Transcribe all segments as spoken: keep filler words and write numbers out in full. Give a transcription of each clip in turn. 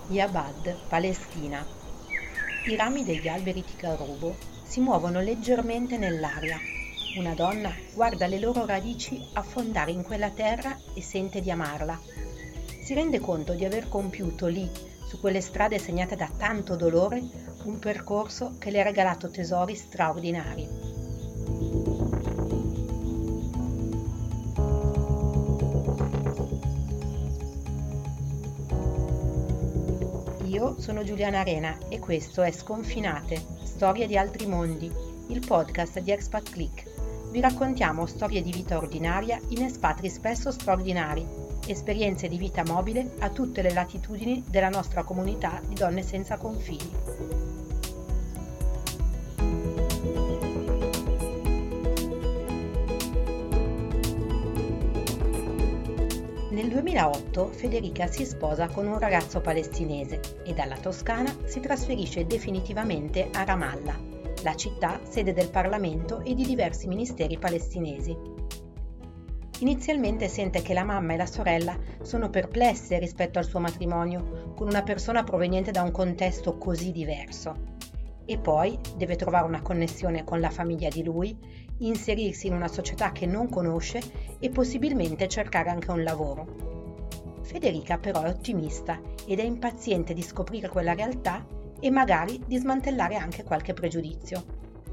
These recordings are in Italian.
Yabad, Palestina. I rami degli alberi di Carubo si muovono leggermente nell'aria. Una donna guarda le loro radici affondare in quella terra e sente di amarla. Si rende conto di aver compiuto lì, su quelle strade segnate da tanto dolore, un percorso che le ha regalato tesori straordinari. Io sono Giuliana Arena e questo è Sconfinate, Storie di altri mondi, il podcast di Expat Click. Vi raccontiamo storie di vita ordinaria in espatri spesso straordinari, esperienze di vita mobile a tutte le latitudini della nostra comunità di donne senza confini. Nel duemilaotto Federica si sposa con un ragazzo palestinese e dalla Toscana si trasferisce definitivamente a Ramallah, la città sede del Parlamento e di diversi ministeri palestinesi. Inizialmente sente che la mamma e la sorella sono perplesse rispetto al suo matrimonio con una persona proveniente da un contesto così diverso. E poi deve trovare una connessione con la famiglia di lui, inserirsi in una società che non conosce e possibilmente cercare anche un lavoro. Federica però è ottimista ed è impaziente di scoprire quella realtà e magari di smantellare anche qualche pregiudizio.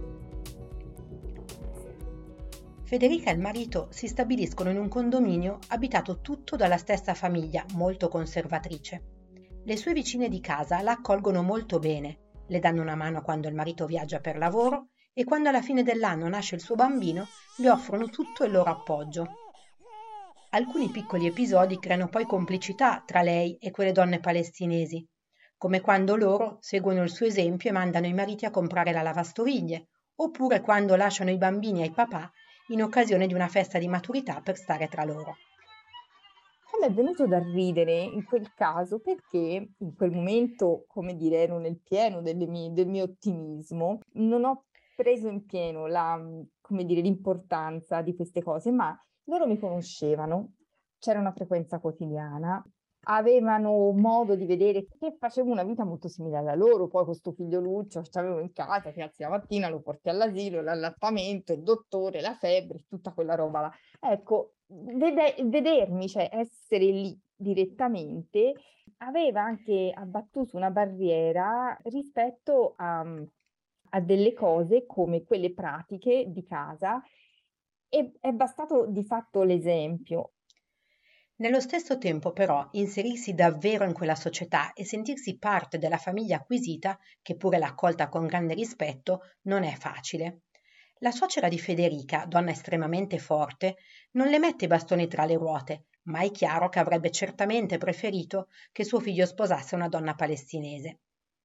Federica e il marito si stabiliscono in un condominio abitato tutto dalla stessa famiglia molto conservatrice. Le sue vicine di casa la accolgono molto bene, le danno una mano quando il marito viaggia per lavoro e quando alla fine dell'anno nasce il suo bambino le offrono tutto il loro appoggio. Alcuni piccoli episodi creano poi complicità tra lei e quelle donne palestinesi, come quando loro seguono il suo esempio e mandano i mariti a comprare la lavastoviglie, oppure quando lasciano i bambini ai papà in occasione di una festa di maturità per stare tra loro. A me è venuto da ridere in quel caso perché in quel momento, come dire, ero nel pieno delle mie, del mio ottimismo, non ho preso in pieno la, come dire, l'importanza di queste cose, ma loro mi conoscevano, c'era una frequenza quotidiana, avevano modo di vedere che facevo una vita molto simile alla loro, poi questo figlioluccio che avevo in casa, che alzi la mattina, lo porti all'asilo, l'allattamento, il dottore, la febbre, tutta quella roba là. Ecco, vede- vedermi, cioè essere lì direttamente, aveva anche abbattuto una barriera rispetto a, a delle cose come quelle pratiche di casa e è bastato di fatto l'esempio. Nello stesso tempo però inserirsi davvero in quella società e sentirsi parte della famiglia acquisita, che pure l'ha accolta con grande rispetto, non è facile. La suocera di Federica, donna estremamente forte, non le mette i bastoni tra le ruote, ma è chiaro che avrebbe certamente preferito che suo figlio sposasse una donna palestinese.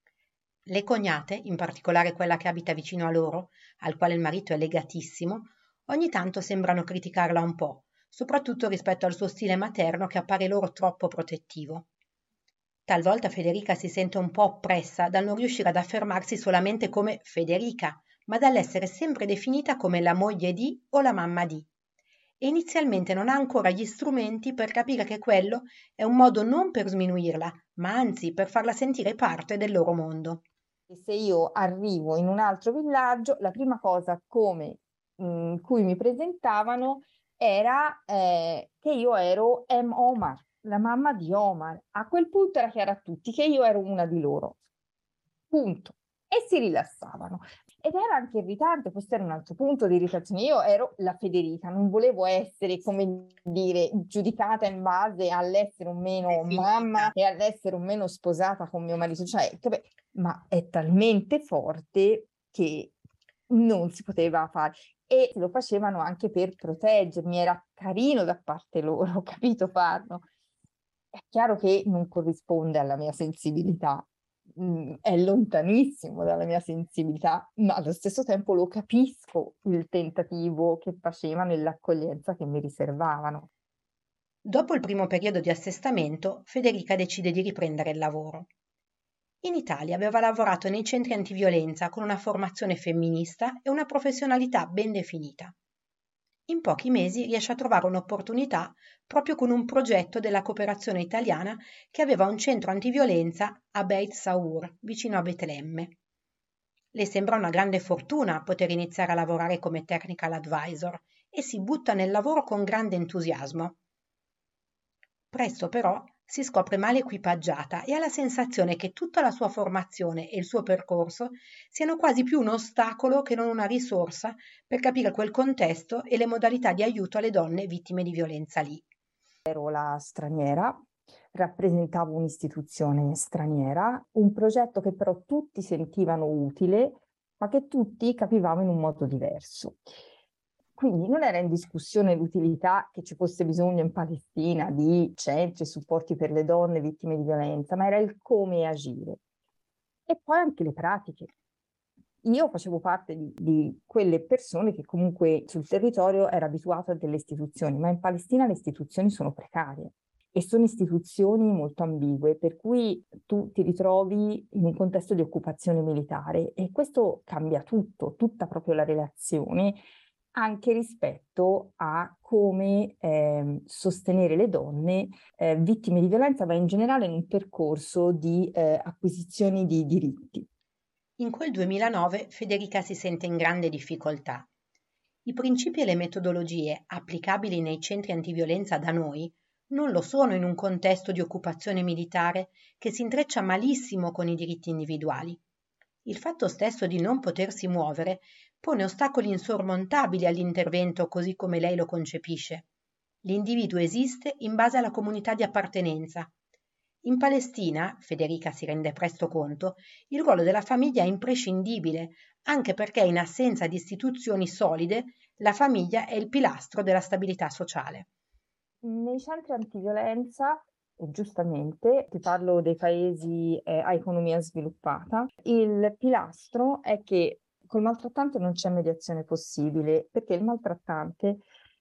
Le cognate, in particolare quella che abita vicino a loro, al quale il marito è legatissimo, ogni tanto sembrano criticarla un po', soprattutto rispetto al suo stile materno che appare loro troppo protettivo. Talvolta Federica si sente un po' oppressa dal non riuscire ad affermarsi solamente come Federica, ma dall'essere sempre definita come la moglie di o la mamma di. E inizialmente non ha ancora gli strumenti per capire che quello è un modo non per sminuirla, ma anzi per farla sentire parte del loro mondo. Se io arrivo in un altro villaggio, la prima cosa come in cui mi presentavano era eh, che io ero Em Omar, la mamma di Omar. A quel punto era chiaro a tutti che io ero una di loro. Punto. E si rilassavano. Ed era anche irritante, questo era un altro punto di irritazione. Io ero la Federica, non volevo essere, come dire, giudicata in base all'essere o meno mamma e all'essere o meno sposata con mio marito. Cioè, che- ma è talmente forte che non si poteva fare. E lo facevano anche per proteggermi, era carino da parte loro, ho capito farlo. È chiaro che non corrisponde alla mia sensibilità, mm, è lontanissimo dalla mia sensibilità, ma allo stesso tempo lo capisco il tentativo che facevano e l'accoglienza che mi riservavano. Dopo il primo periodo di assestamento, Federica decide di riprendere il lavoro. In Italia aveva lavorato nei centri antiviolenza con una formazione femminista e una professionalità ben definita. In pochi mesi riesce a trovare un'opportunità proprio con un progetto della cooperazione italiana che aveva un centro antiviolenza a Beit Saur, vicino a Betlemme. Le sembra una grande fortuna poter iniziare a lavorare come technical advisor e si butta nel lavoro con grande entusiasmo. Presto però si scopre male equipaggiata e ha la sensazione che tutta la sua formazione e il suo percorso siano quasi più un ostacolo che non una risorsa per capire quel contesto e le modalità di aiuto alle donne vittime di violenza lì. Ero la straniera, rappresentavo un'istituzione straniera, un progetto che però tutti sentivano utile, ma che tutti capivamo in un modo diverso. Quindi non era in discussione l'utilità che ci fosse bisogno in Palestina di centri e supporti per le donne vittime di violenza, ma era il come agire. E poi anche le pratiche. Io facevo parte di, di quelle persone che comunque sul territorio era abituato a delle istituzioni, ma in Palestina le istituzioni sono precarie e sono istituzioni molto ambigue, per cui tu ti ritrovi in un contesto di occupazione militare e questo cambia tutto, tutta proprio la relazione, anche rispetto a come eh, sostenere le donne eh, vittime di violenza, ma in generale in un percorso di eh, acquisizioni di diritti. In quel duemilanove Federica si sente in grande difficoltà. I principi e le metodologie applicabili nei centri antiviolenza da noi non lo sono in un contesto di occupazione militare che si intreccia malissimo con i diritti individuali. Il fatto stesso di non potersi muovere pone ostacoli insormontabili all'intervento così come lei lo concepisce. L'individuo esiste in base alla comunità di appartenenza. In Palestina, Federica si rende presto conto, il ruolo della famiglia è imprescindibile, anche perché in assenza di istituzioni solide, la famiglia è il pilastro della stabilità sociale. Nei centri antiviolenza, e giustamente, ti parlo dei paesi eh, a economia sviluppata, il pilastro è che col maltrattante non c'è mediazione possibile, perché il maltrattante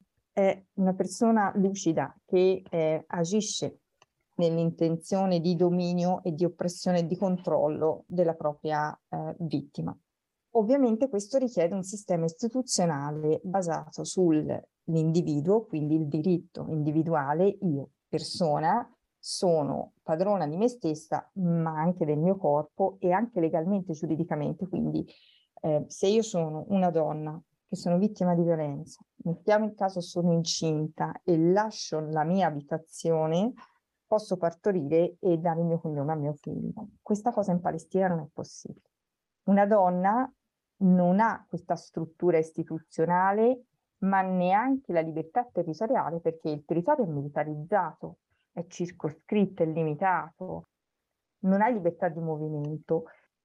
è una persona lucida che eh, agisce nell'intenzione di dominio e di oppressione e di controllo della propria eh, vittima. Ovviamente questo richiede un sistema istituzionale basato sull'individuo, quindi il diritto individuale, io, persona, sono padrona di me stessa, ma anche del mio corpo e anche legalmente, giuridicamente. Quindi eh, se io sono una donna che sono vittima di violenza, mettiamo il caso sono incinta e lascio la mia abitazione, posso partorire e dare il mio cognome a mio figlio. Questa cosa in Palestina non è possibile. Una donna non ha questa struttura istituzionale, ma neanche la libertà territoriale, perché il territorio è militarizzato, è circoscritto, è limitato, non ha libertà di movimento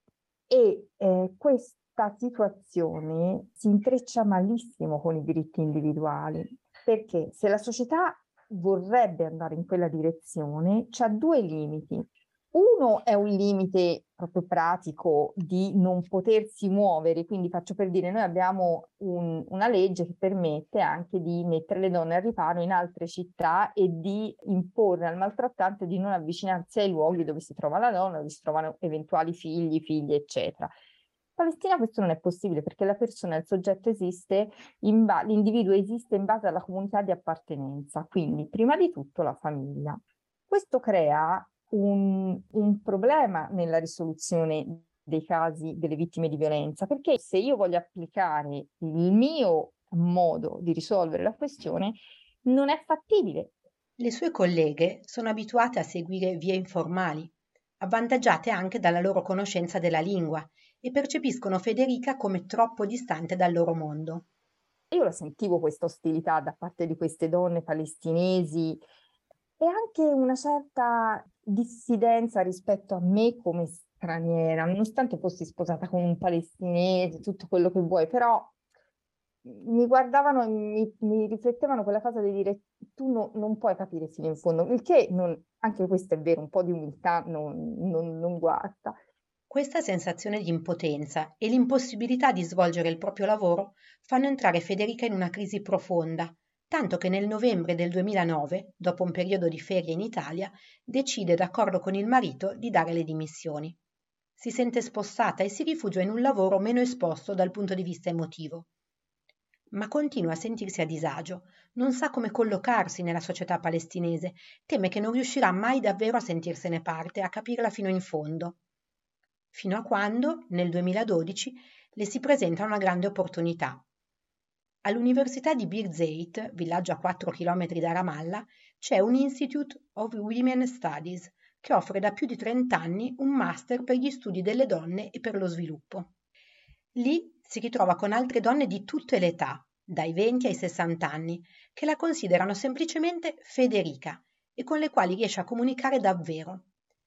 e eh, questa situazione si intreccia malissimo con i diritti individuali, perché se la società vorrebbe andare in quella direzione, c'ha due limiti. Uno è un limite proprio pratico di non potersi muovere, quindi faccio per dire, noi abbiamo un, una legge che permette anche di mettere le donne al riparo in altre città e di imporre al maltrattante di non avvicinarsi ai luoghi dove si trova la donna, dove si trovano eventuali figli, figlie, eccetera. In Palestina questo non è possibile perché la persona, il soggetto esiste, in ba- l'individuo esiste in base alla comunità di appartenenza, quindi prima di tutto la famiglia. Questo crea un, un problema nella risoluzione dei casi delle vittime di violenza, perché se io voglio applicare il mio modo di risolvere la questione, non è fattibile. Le sue colleghe sono abituate a seguire vie informali, avvantaggiate anche dalla loro conoscenza della lingua, e percepiscono Federica come troppo distante dal loro mondo. Io la sentivo questa ostilità da parte di queste donne palestinesi e anche una certa dissidenza rispetto a me come straniera, nonostante fossi sposata con un palestinese, tutto quello che vuoi, però mi guardavano e mi, mi riflettevano quella cosa di dire tu no, non puoi capire fino in fondo, il che non, anche questo è vero, un po' di umiltà non, non, non guasta. Questa sensazione di impotenza e l'impossibilità di svolgere il proprio lavoro fanno entrare Federica in una crisi profonda, tanto che nel novembre del duemilanove, dopo un periodo di ferie in Italia, decide, d'accordo con il marito, di dare le dimissioni. Si sente spossata e si rifugia in un lavoro meno esposto dal punto di vista emotivo. ma continua a sentirsi a disagio, non sa come collocarsi nella società palestinese, teme che non riuscirà mai davvero a sentirsene parte, a capirla fino in fondo. Fino a quando, nel duemiladodici, le si presenta una grande opportunità. All'Università di Birzeit, villaggio a quattro chilometri da Ramallah, c'è un Institute of Women Studies che offre da più di trenta anni un master per gli studi delle donne e per lo sviluppo. Lì si ritrova con altre donne di tutte le età, dai venti ai sessanta anni, che la considerano semplicemente Federica e con le quali riesce a comunicare davvero.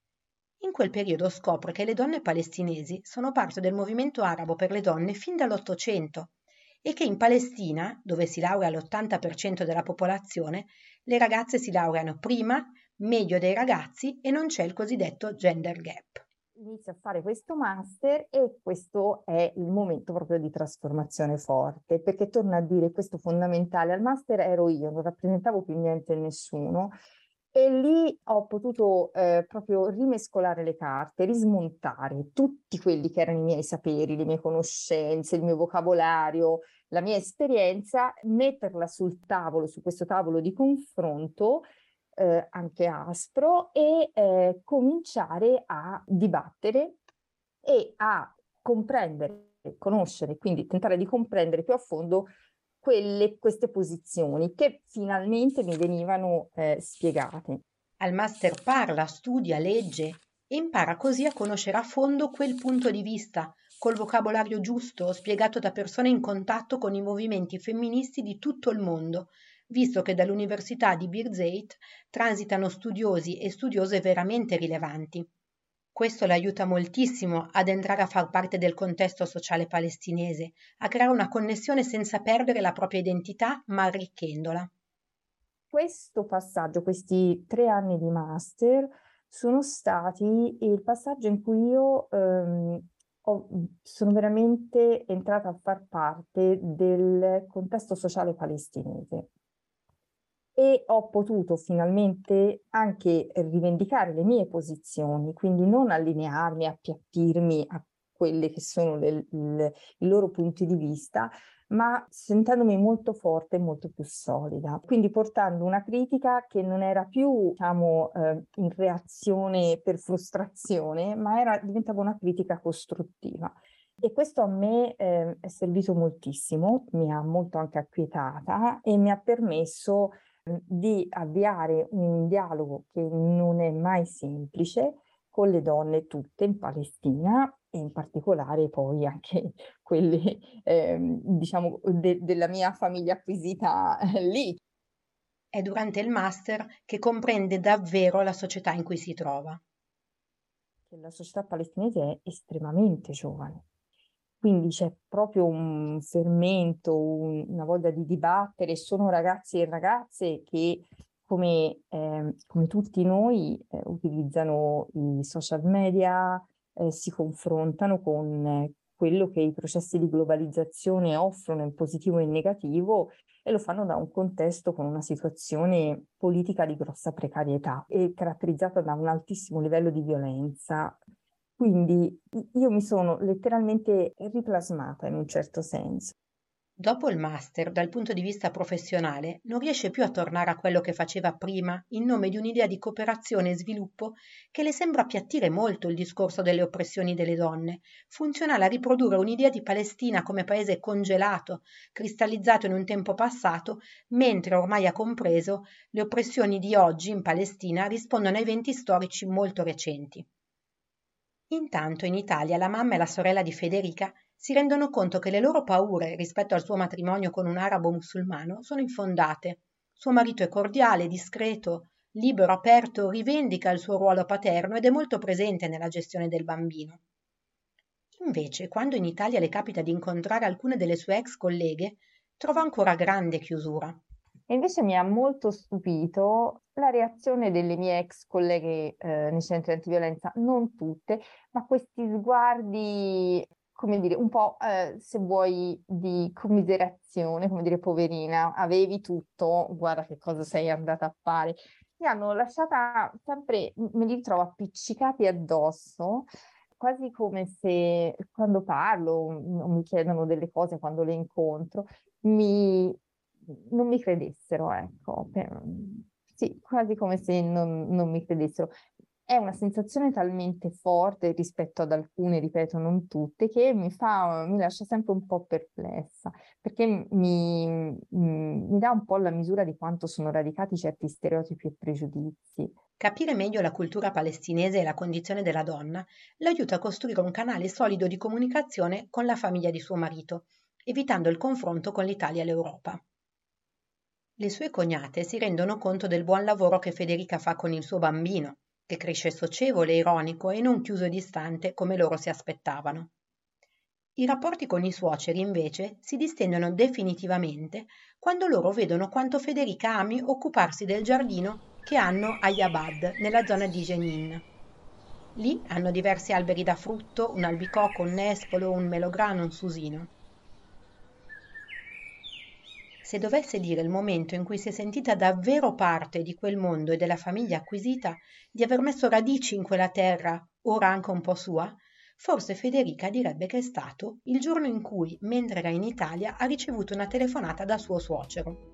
In quel periodo scopre che le donne palestinesi sono parte del movimento arabo per le donne fin dall'Ottocento e che in Palestina, dove si laurea l'ottanta per cento della popolazione, le ragazze si laureano prima, meglio dei ragazzi e non c'è il cosiddetto gender gap. Inizio a fare questo master e questo è il momento proprio di trasformazione forte, perché torno a dire questo fondamentale, al master ero io, non rappresentavo più niente e nessuno, e lì ho potuto eh, proprio rimescolare le carte, rismontare tutti quelli che erano i miei saperi, le mie conoscenze, il mio vocabolario, la mia esperienza, metterla sul tavolo, su questo tavolo di confronto, eh, anche aspro, e eh, cominciare a dibattere e a comprendere, conoscere, quindi tentare di comprendere più a fondo quelle, queste posizioni che finalmente mi venivano eh, spiegate. Al master parla, studia, legge e impara così a conoscere a fondo quel punto di vista, col vocabolario giusto, spiegato da persone in contatto con i movimenti femministi di tutto il mondo, visto che dall'Università di Birzeit transitano studiosi e studiose veramente rilevanti. Questo le aiuta moltissimo ad entrare a far parte del contesto sociale palestinese, a creare una connessione senza perdere la propria identità, ma arricchendola. Questo passaggio, questi tre anni di master, sono stati il passaggio in cui io ehm, ho, sono veramente entrata a far parte del contesto sociale palestinese e ho potuto finalmente anche rivendicare le mie posizioni, quindi non allinearmi, appiattirmi a quelle che sono le, le, i loro punti di vista, ma sentendomi molto forte e molto più solida. Quindi portando una critica che non era più, diciamo, eh, in reazione per frustrazione, ma era, diventava una critica costruttiva. E questo a me eh, è servito moltissimo, mi ha molto anche acquietata e mi ha permesso di avviare un dialogo che non è mai semplice con le donne tutte in Palestina e in particolare poi anche quelle eh, diciamo de- della mia famiglia acquisita eh, lì. È durante il master che comprende davvero la società in cui si trova. La società palestinese è estremamente giovane. Quindi c'è proprio un fermento, un, una voglia di dibattere. Sono ragazzi e ragazze che, come, eh, come tutti noi, eh, utilizzano i social media, eh, si confrontano con eh, quello che i processi di globalizzazione offrono in positivo e in negativo e lo fanno da un contesto con una situazione politica di grossa precarietà e caratterizzata da un altissimo livello di violenza. Quindi io mi sono letteralmente riplasmata in un certo senso. Dopo il master, dal punto di vista professionale, non riesce più a tornare a quello che faceva prima in nome di un'idea di cooperazione e sviluppo che le sembra appiattire molto il discorso delle oppressioni delle donne, funzionale a riprodurre un'idea di Palestina come paese congelato, cristallizzato in un tempo passato, mentre ormai ha compreso le oppressioni di oggi in Palestina rispondono a eventi storici molto recenti. Intanto in Italia la mamma e la sorella di Federica si rendono conto che le loro paure rispetto al suo matrimonio con un arabo musulmano sono infondate. Suo marito è cordiale, discreto, libero, aperto, rivendica il suo ruolo paterno ed è molto presente nella gestione del bambino. Invece, quando in Italia le capita di incontrare alcune delle sue ex colleghe, trova ancora grande chiusura. E invece mi ha molto stupito la reazione delle mie ex colleghe eh, nei centri antiviolenza, non tutte, ma questi sguardi, come dire, un po', eh, se vuoi, di commiserazione, come dire, poverina, avevi tutto, guarda che cosa sei andata a fare. Mi hanno lasciata sempre, me li ritrovo appiccicati addosso quasi come se quando parlo o mi chiedono delle cose, quando le incontro, mi, non mi credessero, ecco. Per- sì, quasi come se non, non mi credessero. È una sensazione talmente forte rispetto ad alcune, ripeto, non tutte, che mi fa, mi lascia sempre un po' perplessa, perché mi, mi, mi dà un po' la misura di quanto sono radicati certi stereotipi e pregiudizi. Capire meglio la cultura palestinese e la condizione della donna l'aiuta a costruire un canale solido di comunicazione con la famiglia di suo marito, evitando il confronto con l'Italia e l'Europa. Le sue cognate si rendono conto del buon lavoro che Federica fa con il suo bambino, che cresce socievole, ironico e non chiuso e distante come loro si aspettavano. I rapporti con i suoceri, invece, si distendono definitivamente quando loro vedono quanto Federica ami occuparsi del giardino che hanno a Yabad, nella zona di Jenin. Lì hanno diversi alberi da frutto, un albicocco, un nespolo, un melograno, un susino. Se dovesse dire il momento in cui si è sentita davvero parte di quel mondo e della famiglia acquisita, di aver messo radici in quella terra, ora anche un po' sua, forse Federica direbbe che è stato il giorno in cui, mentre era in Italia, ha ricevuto una telefonata da suo suocero.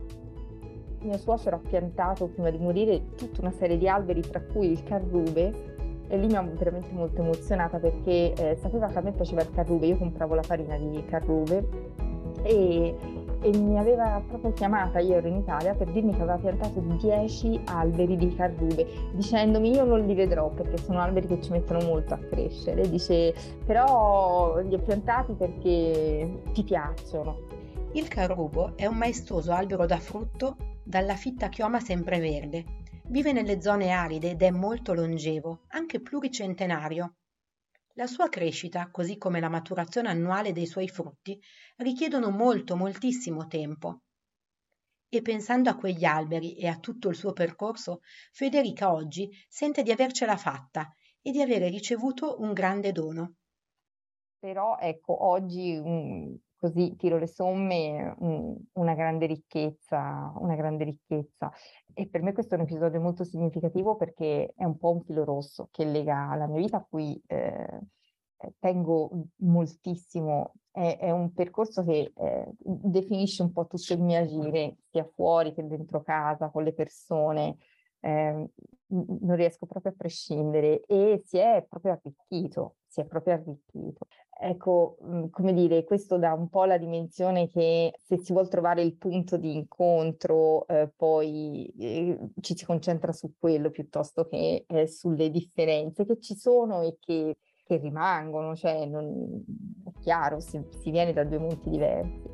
Mio suocero ha piantato prima di morire tutta una serie di alberi, tra cui il carrube, e lì mi ha veramente molto emozionata perché eh, sapeva che a me piaceva il carrube, io compravo la farina di carrube e, e mi aveva proprio chiamata, io ero in Italia, per dirmi che aveva piantato dieci alberi di carrube, dicendomi io non li vedrò perché sono alberi che ci mettono molto a crescere, dice però li ho piantati perché ti piacciono. Il carrubo è un maestoso albero da frutto dalla fitta chioma sempreverde. Vive nelle zone aride ed è molto longevo, anche pluricentenario. La sua crescita, così come la maturazione annuale dei suoi frutti, richiedono molto, moltissimo tempo. E pensando a quegli alberi e a tutto il suo percorso, Federica oggi sente di avercela fatta e di avere ricevuto un grande dono. Però ecco, oggi um, così tiro le somme, um, una grande ricchezza, una grande ricchezza. E per me questo è un episodio molto significativo perché è un po' un filo rosso che lega la mia vita a cui eh, tengo moltissimo. È, è un percorso che eh, definisce un po' tutto il mio agire, sia fuori che dentro casa, con le persone. Eh, non riesco proprio a prescindere e si è proprio arricchito, si è proprio arricchito. Ecco, come dire, questo dà un po' la dimensione che se si vuol trovare il punto di incontro, eh, poi eh, ci si concentra su quello piuttosto che eh, sulle differenze che ci sono e che, che rimangono, cioè non, è chiaro, si, si viene da due monti diversi.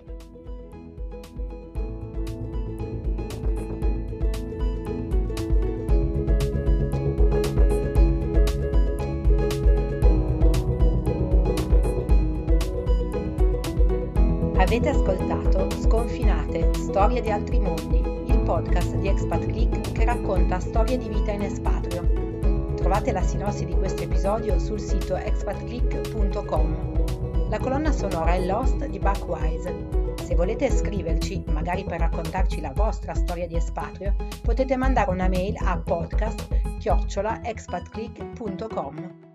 Avete ascoltato Sconfinate, storie di altri mondi, il podcast di Expat Click che racconta storie di vita in espatrio. Trovate la sinossi di questo episodio sul sito expat click punto com. La colonna sonora è Lost di Buckwise. Se volete scriverci, magari per raccontarci la vostra storia di espatrio, potete mandare una mail a podcast chiocciola expat click punto com.